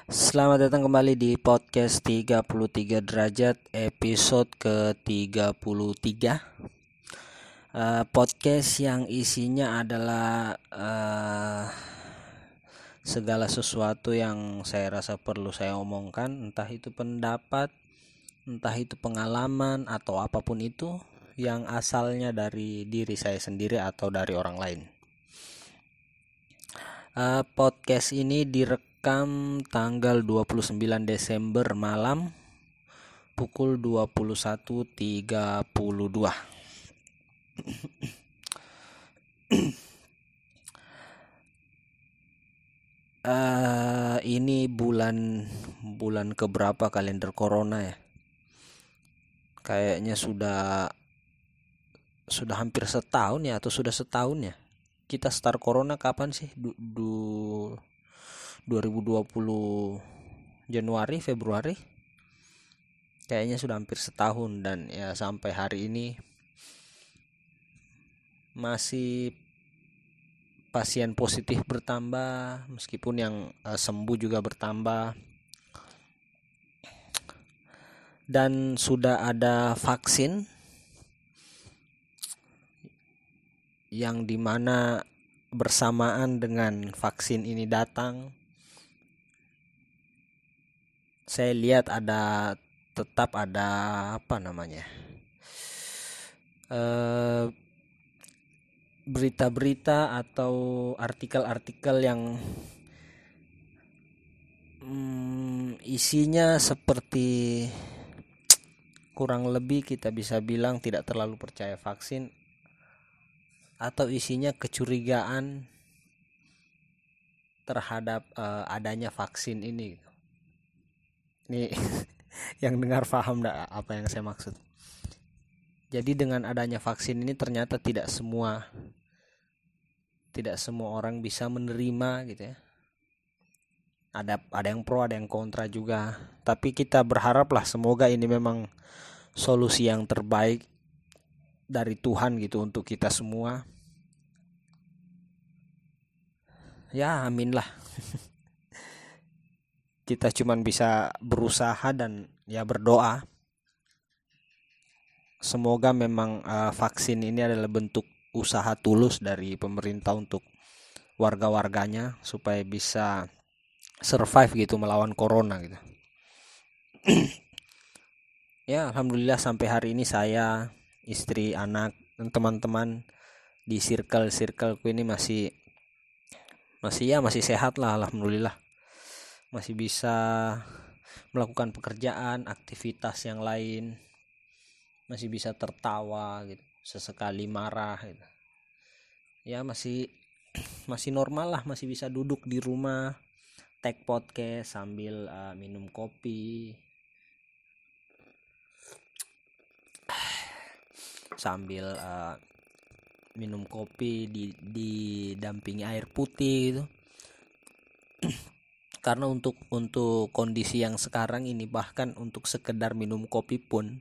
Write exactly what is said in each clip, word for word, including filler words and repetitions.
Selamat datang kembali di podcast tiga puluh tiga derajat episode ke tiga puluh tiga. uh, Podcast yang isinya adalah uh, segala sesuatu yang saya rasa perlu saya omongkan, entah itu pendapat, entah itu pengalaman atau apapun itu yang asalnya dari diri saya sendiri atau dari orang lain. Uh, podcast ini direkam tanggal dua puluh sembilan Desember malam pukul dua puluh satu tiga puluh dua. uh, ini bulan bulan keberapa kalender corona ya? Kayaknya sudah sudah hampir setahun ya, atau sudah setahun ya. Kita start corona kapan sih? Du, du dua ribu dua puluh Januari, Februari. Kayaknya sudah hampir setahun, dan ya sampai hari ini masih pasien positif bertambah, meskipun yang uh, sembuh juga bertambah. Dan sudah ada vaksin yang dimana bersamaan dengan vaksin ini datang, saya lihat ada tetap ada apa namanya uh, berita-berita atau artikel-artikel yang hmm, isinya seperti kurang lebih kita bisa bilang tidak terlalu percaya vaksin, atau isinya kecurigaan terhadap uh, adanya vaksin ini. Nih yang dengar paham enggak apa yang saya maksud? Jadi dengan adanya vaksin ini ternyata tidak semua tidak semua orang bisa menerima gitu ya. Ada ada yang pro, ada yang kontra juga. Tapi kita berharaplah semoga ini memang solusi yang terbaik dari Tuhan gitu untuk kita semua. Ya, amin lah. Kita cuman bisa berusaha dan ya berdoa. Semoga memang uh, vaksin ini adalah bentuk usaha tulus dari pemerintah untuk warga-warganya supaya bisa survive gitu melawan corona gitu. Ya, alhamdulillah sampai hari ini saya, istri, anak, dan teman-teman di circle-circleku ini masih masih ya masih sehat lah, alhamdulillah. Masih bisa melakukan pekerjaan, aktivitas yang lain. Masih bisa tertawa gitu, sesekali marah gitu. Ya masih masih normal lah, masih bisa duduk di rumah, take podcast sambil uh, minum kopi, sambil uh, minum kopi di didampingi air putih gitu. Karena untuk untuk kondisi yang sekarang ini, bahkan untuk sekedar minum kopi pun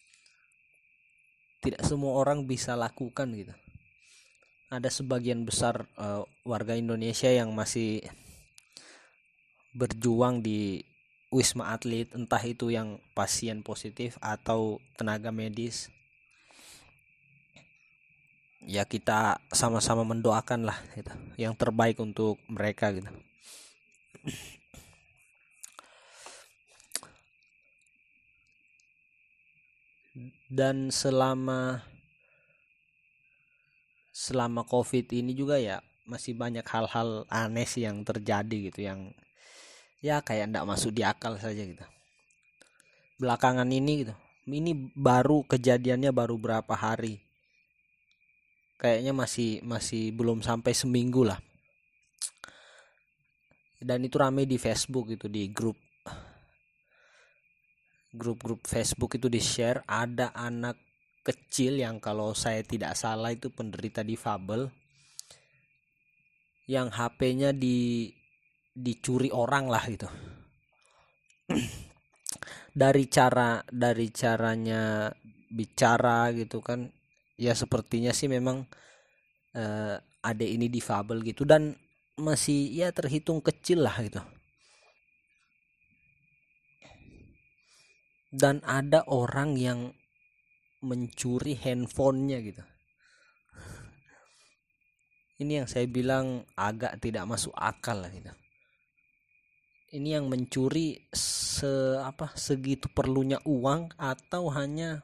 tidak semua orang bisa lakukan gitu. Ada sebagian besar uh, warga Indonesia yang masih berjuang di Wisma Atlet, entah itu yang pasien positif atau tenaga medis. Ya kita sama-sama mendoakan lah gitu, yang terbaik untuk mereka gitu. Dan selama selama COVID ini juga ya masih banyak hal-hal aneh sih yang terjadi gitu, yang ya kayak ndak masuk di akal saja gitu. Belakangan ini gitu, ini baru kejadiannya baru berapa hari, kayaknya masih masih belum sampai seminggu lah. Dan itu rame di Facebook itu, di grup grup-grup Facebook itu di share, ada anak kecil yang kalau saya tidak salah itu penderita difabel, yang H P-nya di dicuri orang lah gitu. dari cara dari caranya bicara gitu kan, ya sepertinya sih memang eh, adek ini difabel gitu, dan masih ya terhitung kecil lah gitu. dan ada orang yang mencuri handphonenya gitu. Ini yang saya bilang agak tidak masuk akal lah gitu. Ini yang mencuri se apa segitu perlunya uang, atau hanya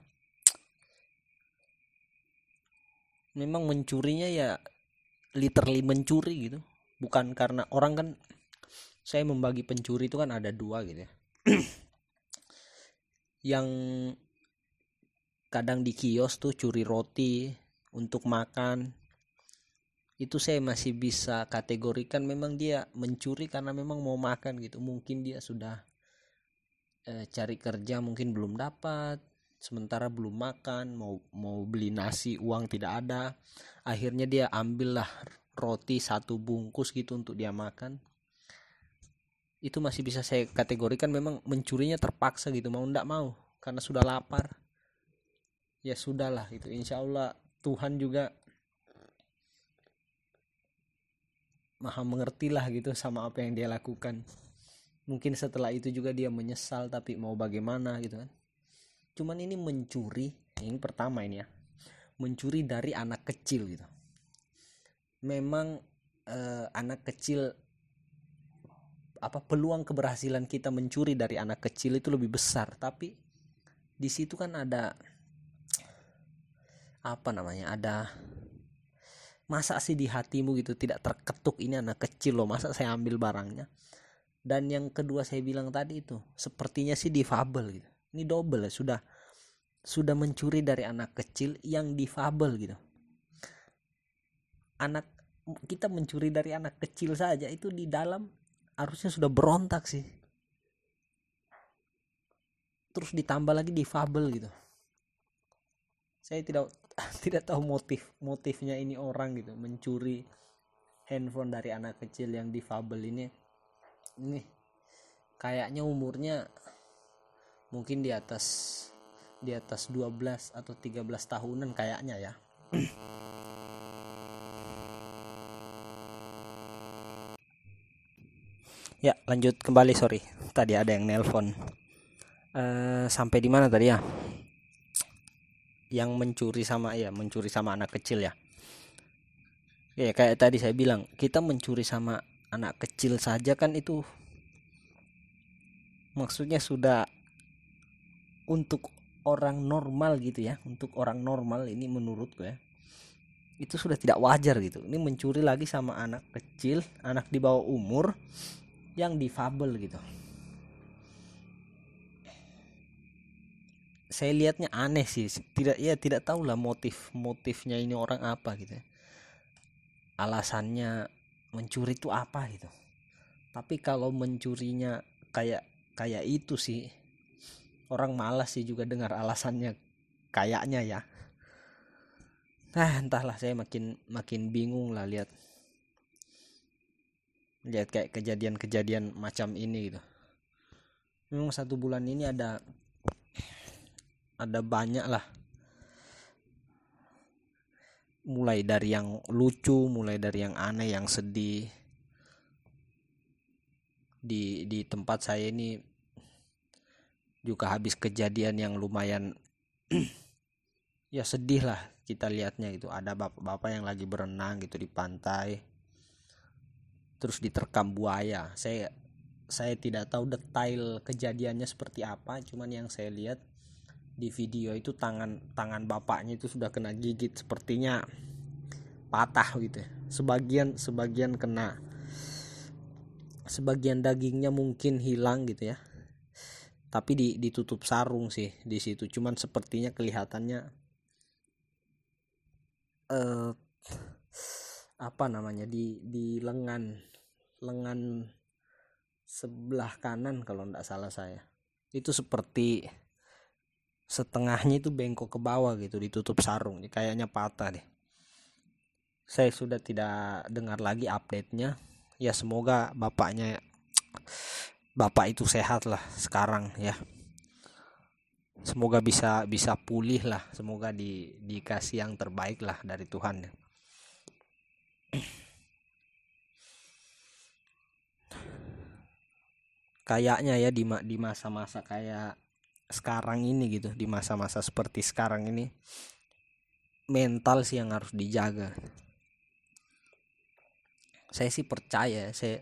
memang mencurinya ya literally mencuri gitu. Bukan karena orang kan, saya membagi pencuri itu kan ada dua gitu ya. Yang kadang di kios tuh curi roti untuk makan, itu saya masih bisa kategorikan memang dia mencuri karena memang mau makan gitu. Mungkin dia sudah eh, cari kerja, mungkin belum dapat, sementara belum makan, mau mau beli nasi, uang tidak ada, akhirnya dia ambillah roti satu bungkus gitu untuk dia makan. Itu masih bisa saya kategorikan memang mencurinya terpaksa gitu, mau ndak mau karena sudah lapar. Ya sudahlah itu, insya Allah Tuhan juga maha mengerti lah gitu sama apa yang dia lakukan. Mungkin setelah itu juga dia menyesal, tapi mau bagaimana gitu kan. Cuman ini mencuri, ini pertama ini ya, mencuri dari anak kecil gitu. Memang eh, anak kecil, apa peluang keberhasilan kita mencuri dari anak kecil itu lebih besar, tapi di situ kan ada apa namanya, ada masa sih di hatimu gitu tidak terketuk, ini anak kecil loh, masa saya ambil barangnya. Dan yang kedua saya bilang tadi itu sepertinya sih difabel gitu. Ini double ya, sudah sudah mencuri dari anak kecil yang difabel gitu. Anak kita mencuri dari anak kecil saja itu di dalam harusnya sudah berontak sih. Terus ditambah lagi difabel gitu. Saya tidak tidak tahu motif motifnya ini orang gitu mencuri handphone dari anak kecil yang difabel ini. Ini kayaknya umurnya mungkin di atas di atas dua belas atau tiga belas tahunan kayaknya ya. Ya, lanjut kembali, sorry. Tadi ada yang nelpon. Uh, sampai di mana tadi ya? Yang mencuri sama ya, mencuri sama anak kecil ya. Ya kayak tadi saya bilang, kita mencuri sama anak kecil saja kan itu maksudnya sudah untuk orang normal gitu ya. Untuk orang normal ini menurutku ya, itu sudah tidak wajar gitu. Ini mencuri lagi sama anak kecil, anak di bawah umur yang difabel gitu. Saya lihatnya aneh sih, tidak ya tidak tahu lah motif motifnya ini orang apa gitu. Alasannya mencuri itu apa gitu. Tapi kalau mencurinya kayak kayak itu sih, orang malas sih juga dengar alasannya kayaknya ya. Nah, entahlah, saya makin makin bingung lah lihat lihat kayak kejadian-kejadian macam ini gitu. Memang satu bulan ini ada ada banyak lah, mulai dari yang lucu, mulai dari yang aneh, yang sedih. Di di tempat saya ini juga habis kejadian yang lumayan ya sedih lah kita lihatnya gitu. Ada bapak-bapak yang lagi berenang gitu di pantai, terus diterkam buaya. Saya saya tidak tahu detail kejadiannya seperti apa, cuman yang saya lihat di video itu tangan tangan bapaknya itu sudah kena gigit, sepertinya patah gitu. Sebagian sebagian kena, sebagian dagingnya mungkin hilang gitu ya. Tapi di, ditutup sarung sih di situ. Cuman sepertinya kelihatannya eh, apa namanya di di lengan lengan sebelah kanan kalau tidak salah saya. Itu seperti setengahnya itu bengkok ke bawah gitu, ditutup sarung. Kayaknya patah deh. Saya sudah tidak dengar lagi update-nya. Ya semoga bapaknya bapak itu sehat lah sekarang ya. Semoga bisa bisa pulih lah. Semoga di dikasih yang terbaik lah dari Tuhan. Kayaknya ya di di masa-masa kayak sekarang ini gitu, di masa-masa seperti sekarang ini, mental sih yang harus dijaga. Saya sih percaya, saya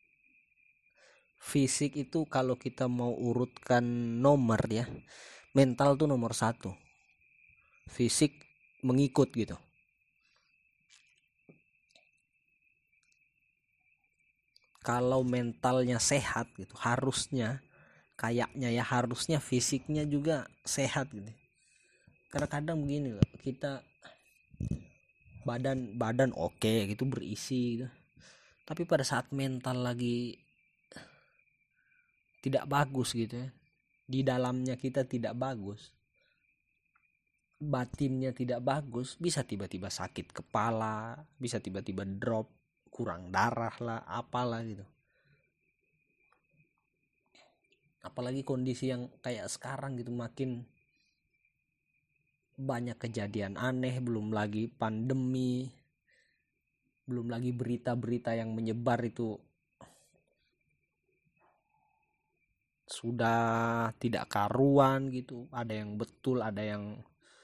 fisik itu kalau kita mau urutkan nomor ya, mental tuh nomor satu, fisik mengikut gitu. Kalau mentalnya sehat gitu, harusnya kayaknya ya harusnya fisiknya juga sehat gitu. Karena kadang begini loh, kita badan badan oke okay, gitu, berisi gitu, tapi pada saat mental lagi tidak bagus gitu ya, di dalamnya kita tidak bagus, batinnya tidak bagus, bisa tiba-tiba sakit kepala, bisa tiba-tiba drop, kurang darah lah, apalah gitu. Apalagi kondisi yang kayak sekarang gitu, makin banyak kejadian aneh, belum lagi pandemi, belum lagi berita-berita yang menyebar itu sudah tidak karuan gitu. Ada yang betul, ada yang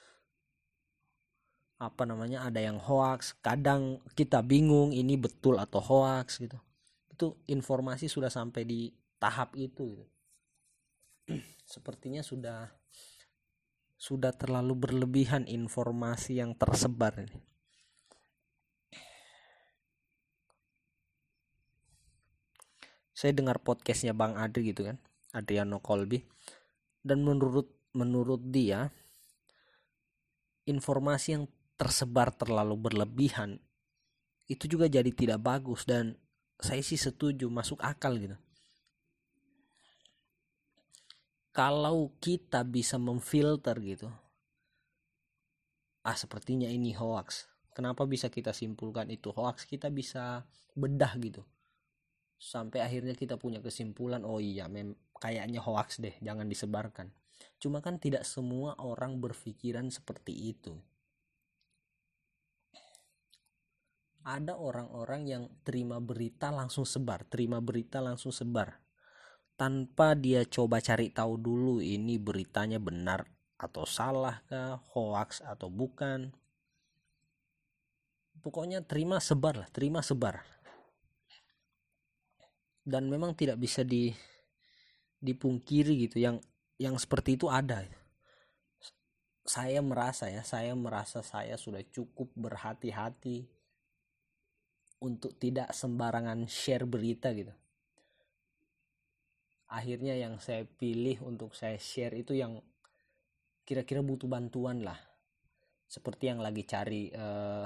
apa namanya, ada yang hoax. Kadang kita bingung ini betul atau hoax gitu. Itu informasi sudah sampai di tahap itu gitu. Sepertinya sudah sudah terlalu berlebihan informasi yang tersebar ini. Saya dengar podcastnya Bang Adri gitu kan, Adriano Colby, dan menurut menurut dia informasi yang tersebar terlalu berlebihan itu juga jadi tidak bagus, dan saya sih setuju, masuk akal gitu. Kalau kita bisa memfilter gitu, ah sepertinya ini hoax, kenapa bisa kita simpulkan itu hoax, kita bisa bedah gitu sampai akhirnya kita punya kesimpulan, oh iya mem kayaknya hoax deh, jangan disebarkan. Cuma kan tidak semua orang berpikiran seperti itu. Ada orang-orang yang terima berita langsung sebar, terima berita langsung sebar, tanpa dia coba cari tahu dulu ini beritanya benar atau salah kah, hoax atau bukan. Pokoknya terima sebar lah, terima sebar. Dan memang tidak bisa di dipungkiri gitu, yang yang seperti itu ada. Saya merasa ya, saya merasa saya sudah cukup berhati-hati untuk tidak sembarangan share berita gitu. Akhirnya yang saya pilih untuk saya share itu yang kira-kira butuh bantuan lah, seperti yang lagi cari eh,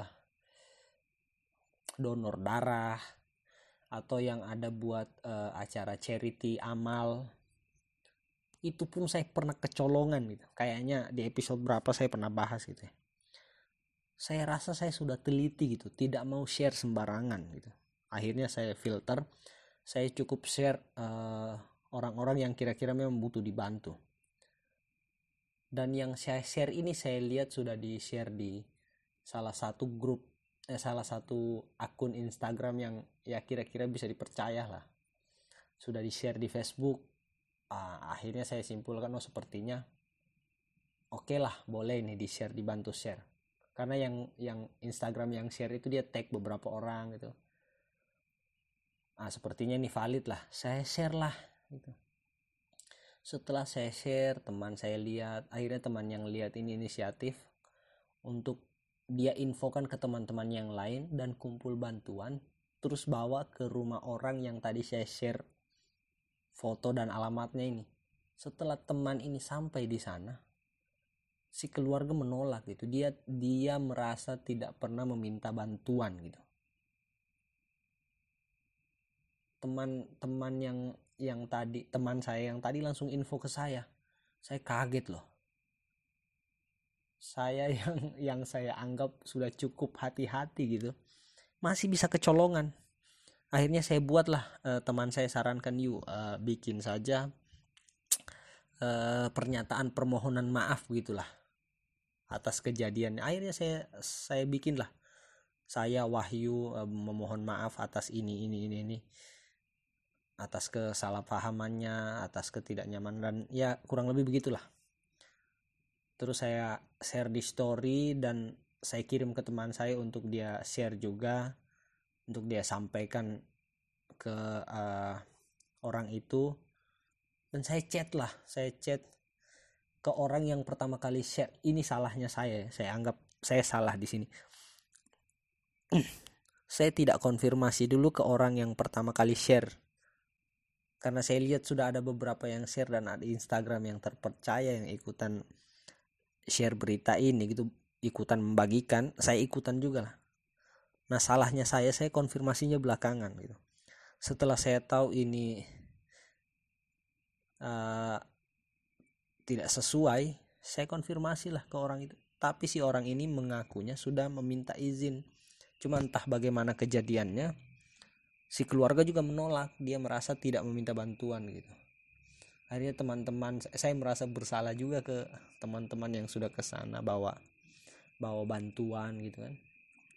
donor darah, atau yang ada buat eh, acara charity amal. Itu pun saya pernah kecolongan gitu, kayaknya di episode berapa saya pernah bahas gitu ya. Saya rasa saya sudah teliti gitu, tidak mau share sembarangan gitu. Akhirnya saya filter, saya cukup share uh, orang-orang yang kira-kira memang butuh dibantu. Dan yang saya share ini saya lihat sudah di share di salah satu grup, eh, salah satu akun Instagram yang ya kira-kira bisa dipercaya lah. Sudah di share di Facebook. Ah, akhirnya saya simpulkan, oh sepertinya oke okay lah, boleh nih di share, dibantu share. Karena yang yang Instagram yang share itu dia tag beberapa orang gitu. Ah sepertinya ini valid lah, saya share lah gitu. Setelah saya share, teman saya lihat, akhirnya teman yang lihat ini inisiatif untuk dia infokan ke teman-teman yang lain dan kumpul bantuan, terus bawa ke rumah orang yang tadi saya share foto dan alamatnya ini. Setelah teman ini sampai di sana, si keluarga menolak gitu. Dia dia merasa tidak pernah meminta bantuan gitu. Teman-teman yang yang tadi, teman saya yang tadi langsung info ke saya. Saya kaget loh. Saya yang yang saya anggap sudah cukup hati-hati gitu, masih bisa kecolongan. Akhirnya saya buatlah, eh, teman saya sarankan, yuk eh, bikin saja eh, pernyataan permohonan maaf gitulah atas kejadian. Akhirnya saya saya bikin lah, saya Wahyu eh, memohon maaf atas ini ini ini ini. atas kesalahpahamannya, atas ketidaknyamanan, dan ya kurang lebih begitulah. Terus saya share di story dan saya kirim ke teman saya untuk dia share juga, untuk dia sampaikan ke uh, orang itu. Dan saya chat lah, saya chat ke orang yang pertama kali share. Ini salahnya saya, saya anggap saya salah di sini. Saya tidak konfirmasi dulu ke orang yang pertama kali share, karena saya lihat sudah ada beberapa yang share dan ada Instagram yang terpercaya yang ikutan share berita ini gitu, ikutan membagikan, saya ikutan juga lah. Nah salahnya saya, saya konfirmasinya belakangan gitu. Setelah saya tahu ini uh, tidak sesuai, saya konfirmasi lah ke orang itu. Tapi si orang ini mengakunya sudah meminta izin. Cuma entah bagaimana kejadiannya, si keluarga juga menolak, dia merasa tidak meminta bantuan gitu. Akhirnya teman-teman, saya merasa bersalah juga ke teman-teman yang sudah ke sana bawa bawa bantuan gitu kan.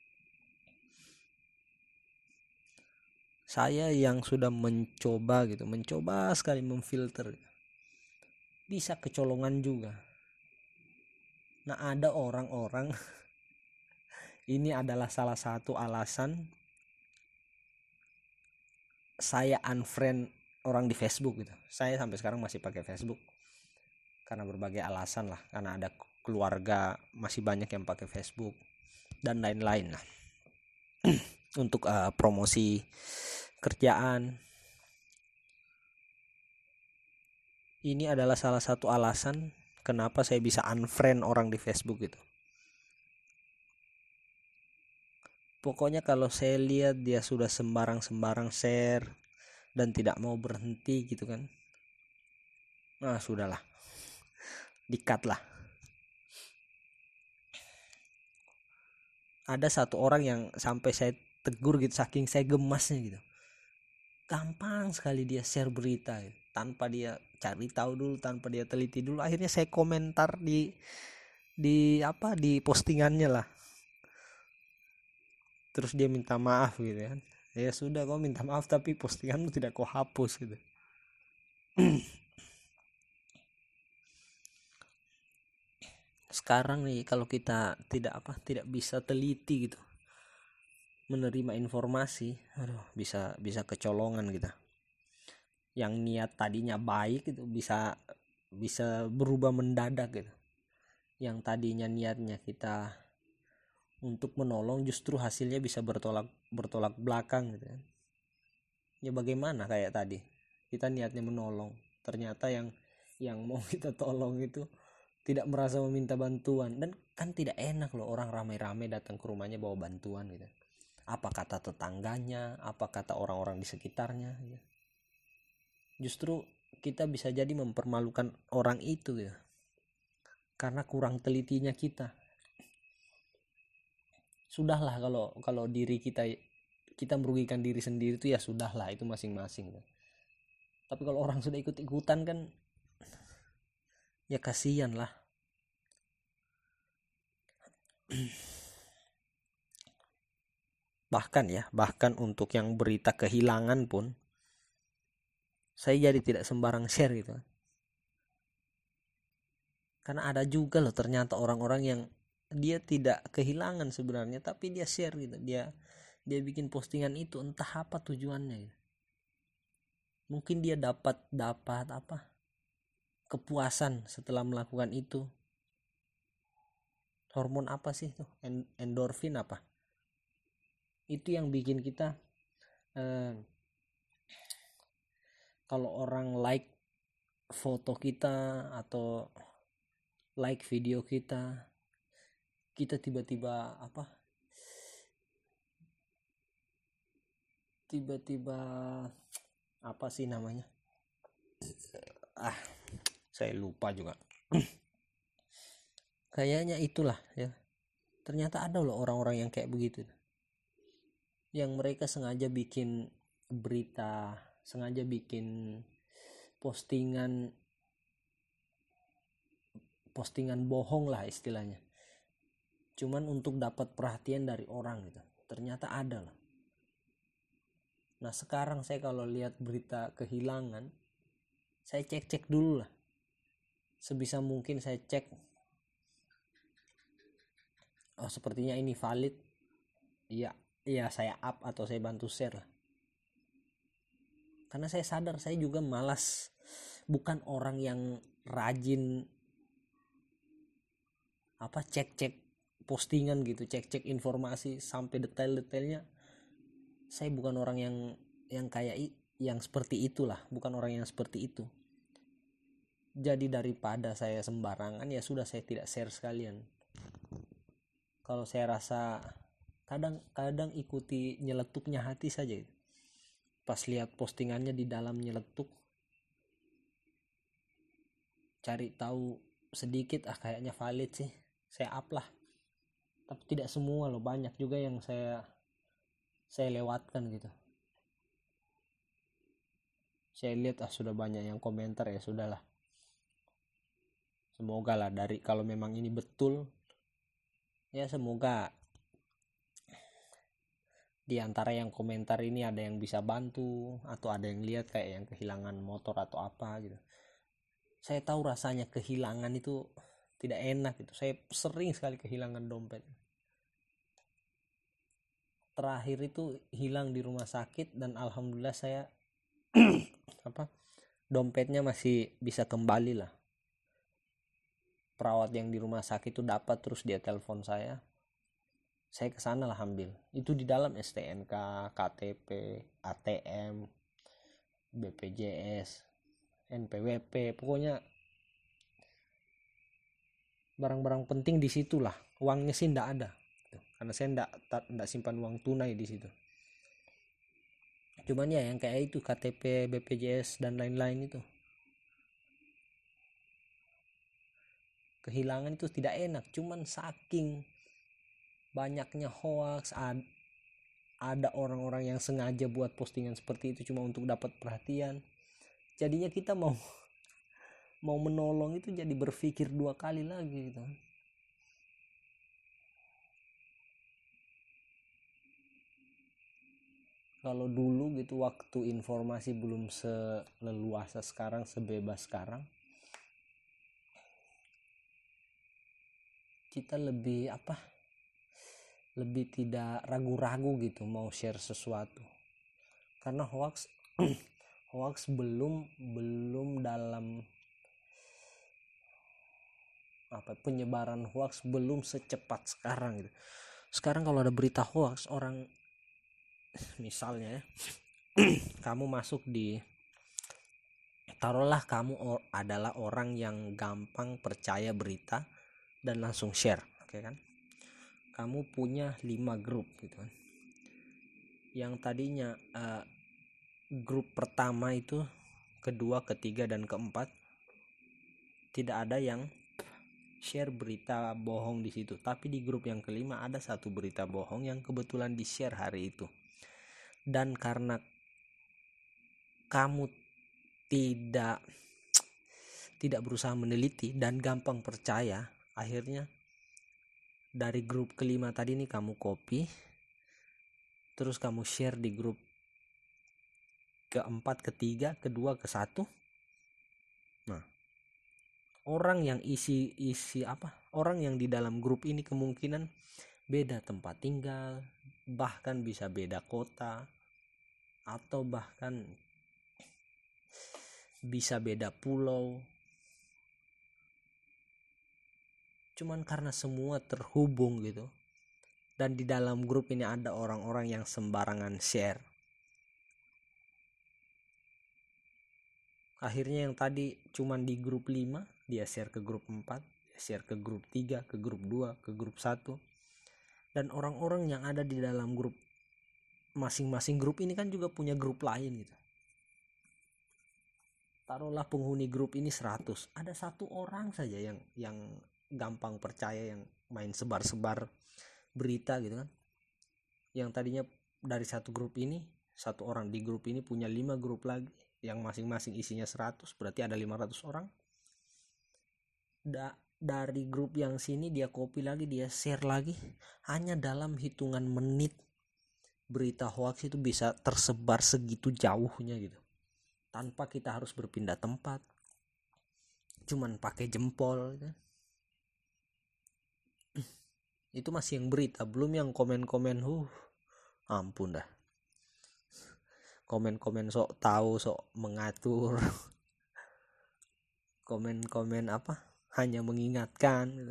Saya yang sudah mencoba gitu, mencoba sekali memfilter, bisa kecolongan juga. Nah ada orang-orang ini adalah salah satu alasan saya unfriend orang di Facebook gitu. Saya sampai sekarang masih pakai Facebook karena berbagai alasan lah, karena ada keluarga masih banyak yang pakai Facebook dan lain-lain lah. Untuk uh, promosi kerjaan. Ini adalah salah satu alasan kenapa saya bisa unfriend orang di Facebook gitu. Pokoknya kalau saya lihat dia sudah sembarang-sembarang share dan tidak mau berhenti gitu kan, nah sudahlah, di-cut lah. Ada satu orang yang sampai saya tegur gitu, saking saya gemasnya gitu. Gampang sekali dia share berita gitu, tanpa dia cari tahu dulu, tanpa dia teliti dulu. Akhirnya saya komentar di di apa di postingannya lah. Terus dia minta maaf gitu kan. Ya sudah, kau minta maaf tapi postinganmu tidak kau hapus gitu. Sekarang nih kalau kita tidak apa tidak bisa teliti gitu menerima informasi, aduh bisa bisa kecolongan kita. Yang niat tadinya baik itu bisa bisa berubah mendadak gitu. Yang tadinya niatnya kita untuk menolong justru hasilnya bisa bertolak bertolak belakang gitu kan. Ya bagaimana kayak tadi, kita niatnya menolong, ternyata yang yang mau kita tolong itu tidak merasa meminta bantuan. Dan kan tidak enak loh orang ramai-ramai datang ke rumahnya bawa bantuan gitu. Apa kata tetangganya, apa kata orang-orang di sekitarnya gitu. Justru kita bisa jadi mempermalukan orang itu gitu, karena kurang telitinya kita. Sudahlah kalau kalau diri kita kita merugikan diri sendiri itu ya sudahlah, itu masing-masing. Tapi kalau orang sudah ikut-ikutan kan ya kasihan lah. Bahkan ya, bahkan untuk yang berita kehilangan pun saya jadi tidak sembarang share gitu. Karena ada juga loh ternyata orang-orang yang dia tidak kehilangan sebenarnya, tapi dia share gitu. Dia dia bikin postingan itu entah apa tujuannya gitu. Mungkin dia dapat dapat apa? Kepuasan setelah melakukan itu. Hormon apa sih tuh? Endorfin apa? Itu yang bikin kita eh, kalau orang like foto kita atau like video kita, kita tiba-tiba apa? Tiba-tiba apa sih namanya? Ah, saya lupa juga. Kayaknya itulah ya. Ternyata ada loh orang-orang yang kayak begitu. Yang mereka sengaja bikin berita, sengaja bikin postingan postingan bohong lah istilahnya, cuman untuk dapat perhatian dari orang gitu. Ternyata ada loh. Nah sekarang saya kalau lihat berita kehilangan, saya cek-cek dulu lah, sebisa mungkin saya cek, oh sepertinya ini valid, iya iya saya up atau saya bantu share lah. Karena saya sadar saya juga malas, bukan orang yang rajin apa cek-cek postingan gitu, cek-cek informasi sampai detail-detailnya. Saya bukan orang yang yang kayak yang seperti itulah, bukan orang yang seperti itu. Jadi daripada saya sembarangan, ya sudah saya tidak share sekalian. Kalau saya rasa kadang-kadang ikuti nyeletuknya hati saja. Pas lihat postingannya di dalam nyeletuk, cari tahu sedikit, ah kayaknya valid sih, saya up lah. Tapi tidak semua loh, banyak juga yang saya saya lewatkan gitu. Saya lihat ah sudah banyak yang komentar, ya sudahlah. Semoga lah dari kalau memang ini betul, ya semoga di antara yang komentar ini ada yang bisa bantu, atau ada yang lihat kayak yang kehilangan motor atau apa gitu. Saya tahu rasanya kehilangan itu tidak enak gitu. Saya sering sekali kehilangan dompet. Terakhir itu hilang di rumah sakit, dan alhamdulillah saya apa dompetnya masih bisa kembali lah. Perawat yang di rumah sakit itu dapat, terus dia telepon saya. Saya ke sana lah ambil. Itu di dalam S T N K, K T P, A T M, B P J S, N P W P, pokoknya barang-barang penting di situlah. Uangnya sih ndak ada, karena saya ndak ndak simpan uang tunai di situ. Cuman ya yang kayak itu K T P, B P J S dan lain-lain itu. Kehilangan itu tidak enak, cuman saking banyaknya hoax, ada orang-orang yang sengaja buat postingan seperti itu cuma untuk dapat perhatian. Jadinya kita mau mau menolong itu jadi berpikir dua kali lagi gitu. Kalau dulu gitu waktu informasi belum seleluasa sekarang, sebebas sekarang, kita lebih apa? Lebih tidak ragu-ragu gitu mau share sesuatu. Karena hoax hoax belum belum dalam apa penyebaran hoax belum secepat sekarang gitu. Sekarang kalau ada berita hoax, orang misalnya ya, kamu masuk di, taruhlah kamu or, adalah orang yang gampang percaya berita dan langsung share, oke okay kan? Kamu punya lima grup gitu kan. Yang tadinya uh, grup pertama itu, kedua, ketiga dan keempat tidak ada yang share berita bohong di situ, tapi di grup yang kelima ada satu berita bohong yang kebetulan di share hari itu. Dan karena kamu tidak tidak berusaha meneliti dan gampang percaya, akhirnya dari grup kelima tadi nih kamu copy, terus kamu share di grup keempat, ketiga, kedua, ke satu. Nah, orang yang isi isi apa? Orang yang di dalam grup ini kemungkinan beda tempat tinggal, bahkan bisa beda kota, atau bahkan bisa beda pulau. Cuman karena semua terhubung gitu, dan di dalam grup ini ada orang-orang yang sembarangan share, akhirnya yang tadi cuman di grup lima dia share ke grup empat, dia share ke grup tiga, ke grup dua, ke grup satu. Dan orang-orang yang ada di dalam grup, masing-masing grup ini kan juga punya grup lain gitu. Taruhlah penghuni grup ini seratus, ada satu orang saja yang yang gampang percaya, yang main sebar-sebar berita gitu kan. Yang tadinya dari satu grup ini, satu orang di grup ini punya lima grup lagi yang masing-masing isinya seratus, berarti ada lima ratus orang. Da, dari grup yang sini dia copy lagi, dia share lagi, hanya dalam hitungan menit berita hoax itu bisa tersebar segitu jauhnya gitu, tanpa kita harus berpindah tempat, cuman pakai jempol gitu. Itu masih yang berita, belum yang komen-komen, huh ampun dah, komen-komen sok tahu, sok mengatur, komen-komen apa hanya mengingatkan gitu.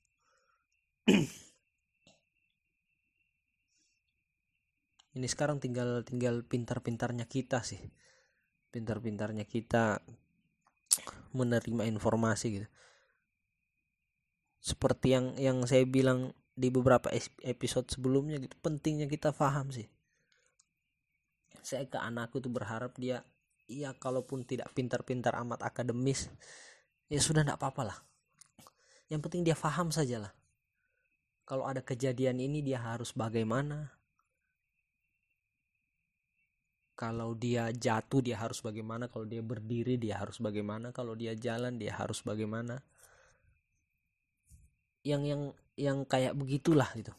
Ini sekarang tinggal tinggal pintar-pintarnya kita sih, pintar-pintarnya kita menerima informasi gitu. Seperti yang yang saya bilang di beberapa episode sebelumnya gitu, pentingnya kita paham sih. Saya ke anakku tuh berharap dia, ya kalaupun tidak pintar-pintar amat akademis, ya sudah enggak apa-apa lah. Yang penting dia paham saja lah. Kalau ada kejadian ini dia harus bagaimana. Kalau dia jatuh dia harus bagaimana, kalau dia berdiri dia harus bagaimana, kalau dia jalan dia harus bagaimana. Yang yang yang kayak begitulah gitu.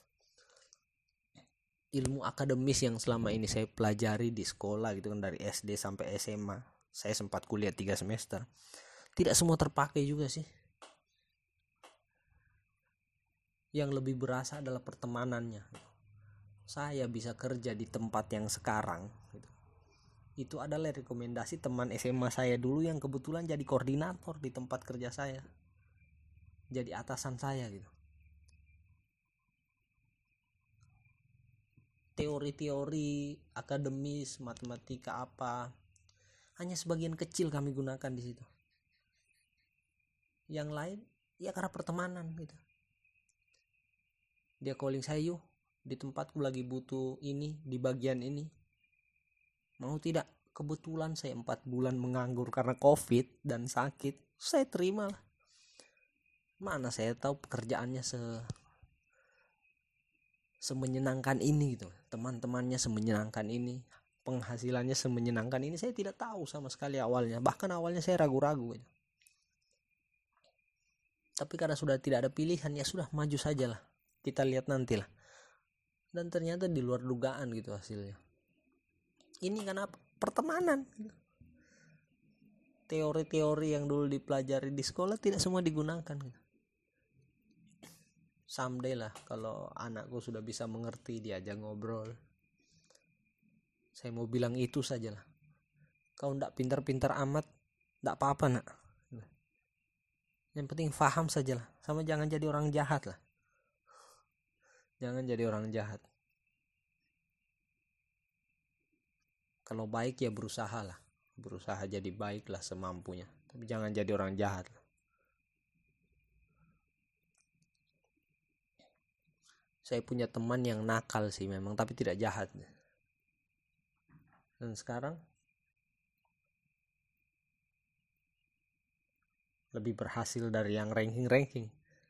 Ilmu akademis yang selama ini saya pelajari di sekolah gitu kan, dari S D sampai S M A. Saya sempat kuliah tiga semester. Tidak semua terpakai juga sih. Yang lebih berasa adalah pertemanannya. Saya bisa kerja di tempat yang sekarang gitu. Itu adalah rekomendasi teman S M A saya dulu yang kebetulan jadi koordinator di tempat kerja saya, jadi atasan saya gitu. Teori-teori akademis, matematika apa, hanya sebagian kecil kami gunakan di situ. Yang lain ya karena pertemanan gitu. Dia calling saya, yuk di tempatku lagi butuh ini di bagian ini, mau tidak? Kebetulan saya empat bulan menganggur karena covid dan sakit, saya terima lah. Mana saya tahu pekerjaannya se semenyenangkan ini gitu, teman-temannya semenyenangkan ini, penghasilannya semenyenangkan ini, saya tidak tahu sama sekali awalnya. Bahkan awalnya saya ragu-ragu gitu. Tapi karena sudah tidak ada pilihan, ya sudah maju sajalah, kita lihat nantilah. Dan ternyata di luar dugaan gitu hasilnya. Ini karena pertemanan. Teori-teori yang dulu dipelajari di sekolah tidak semua digunakan gitu. Someday lah kalau anakku sudah bisa mengerti, diajak ngobrol, saya mau bilang itu sajalah. Kau ndak pintar-pintar amat, ndak apa-apa nak. Yang penting paham sajalah, sama jangan jadi orang jahat lah. Jangan jadi orang jahat. Kalau baik ya berusaha lah, berusaha jadi baik lah semampunya. Tapi jangan jadi orang jahat lah. Saya punya teman yang nakal sih memang, tapi tidak jahat. Dan sekarang lebih berhasil dari yang ranking-ranking.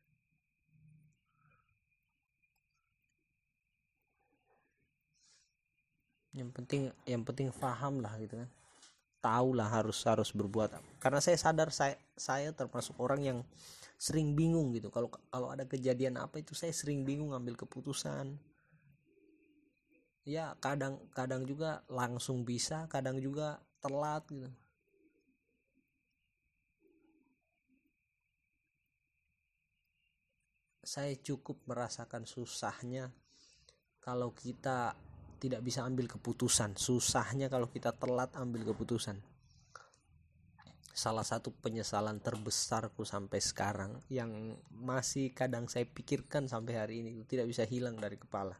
Yang penting yang penting paham lah gitu kan. Tahu lah harus harus berbuat. Karena saya sadar saya saya termasuk orang yang sering bingung gitu. Kalau kalau ada kejadian apa itu saya sering bingung ngambil keputusan. Ya kadang kadang juga langsung bisa, kadang juga telat gitu. Saya cukup merasakan susahnya kalau kita tidak bisa ambil keputusan, susahnya kalau kita telat ambil keputusan. Salah satu penyesalan terbesarku sampai sekarang yang masih kadang saya pikirkan sampai hari ini, tidak bisa hilang dari kepala.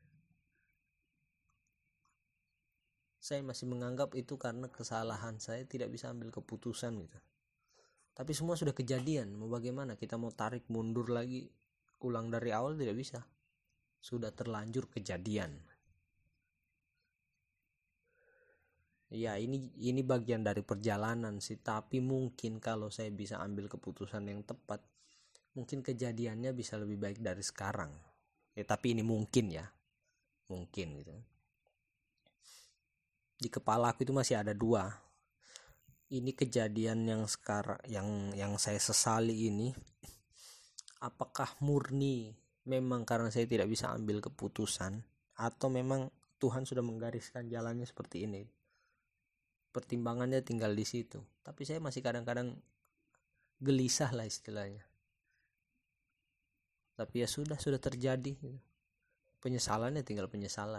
Saya masih menganggap itu karena kesalahan saya tidak bisa ambil keputusan gitu. Tapi semua sudah kejadian, mau bagaimana? Kita mau tarik mundur lagi, ulang dari awal tidak bisa. Sudah terlanjur kejadian. Ya ini ini bagian dari perjalanan sih, tapi mungkin kalau saya bisa ambil keputusan yang tepat, mungkin kejadiannya bisa lebih baik dari sekarang. Ya tapi ini mungkin ya, mungkin gitu. Di kepala aku itu masih ada dua. Ini kejadian yang sekarang yang yang saya sesali ini, apakah murni memang karena saya tidak bisa ambil keputusan, atau memang Tuhan sudah menggariskan jalannya seperti ini. Pertimbangannya tinggal di situ. Tapi saya masih kadang-kadang gelisah lah istilahnya. Tapi ya sudah sudah terjadi. Penyesalannya tinggal penyesalan.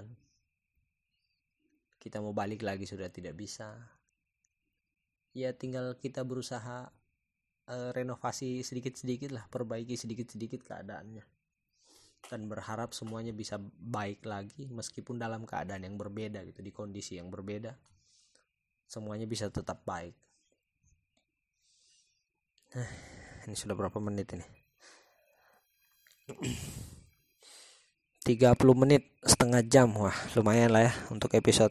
Kita mau balik lagi sudah tidak bisa. Ya tinggal kita berusaha uh, renovasi sedikit-sedikit lah, perbaiki sedikit-sedikit keadaannya. Dan berharap semuanya bisa baik lagi meskipun dalam keadaan yang berbeda gitu, di kondisi yang berbeda. Semuanya bisa tetap baik. Nah, ini sudah berapa menit ini? tiga puluh menit, setengah jam. Wah, lumayan lah ya untuk episode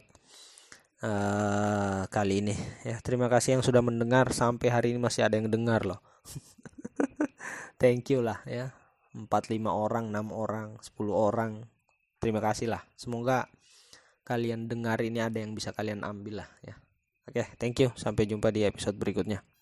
uh, kali ini ya. Terima kasih yang sudah mendengar sampai hari ini, masih ada yang dengar loh. Thank you lah ya. empat lima orang, enam orang, sepuluh orang. Terima kasih lah. Semoga kalian dengar ini ada yang bisa kalian ambil lah ya. Oke, thank you. Sampai jumpa di episode berikutnya.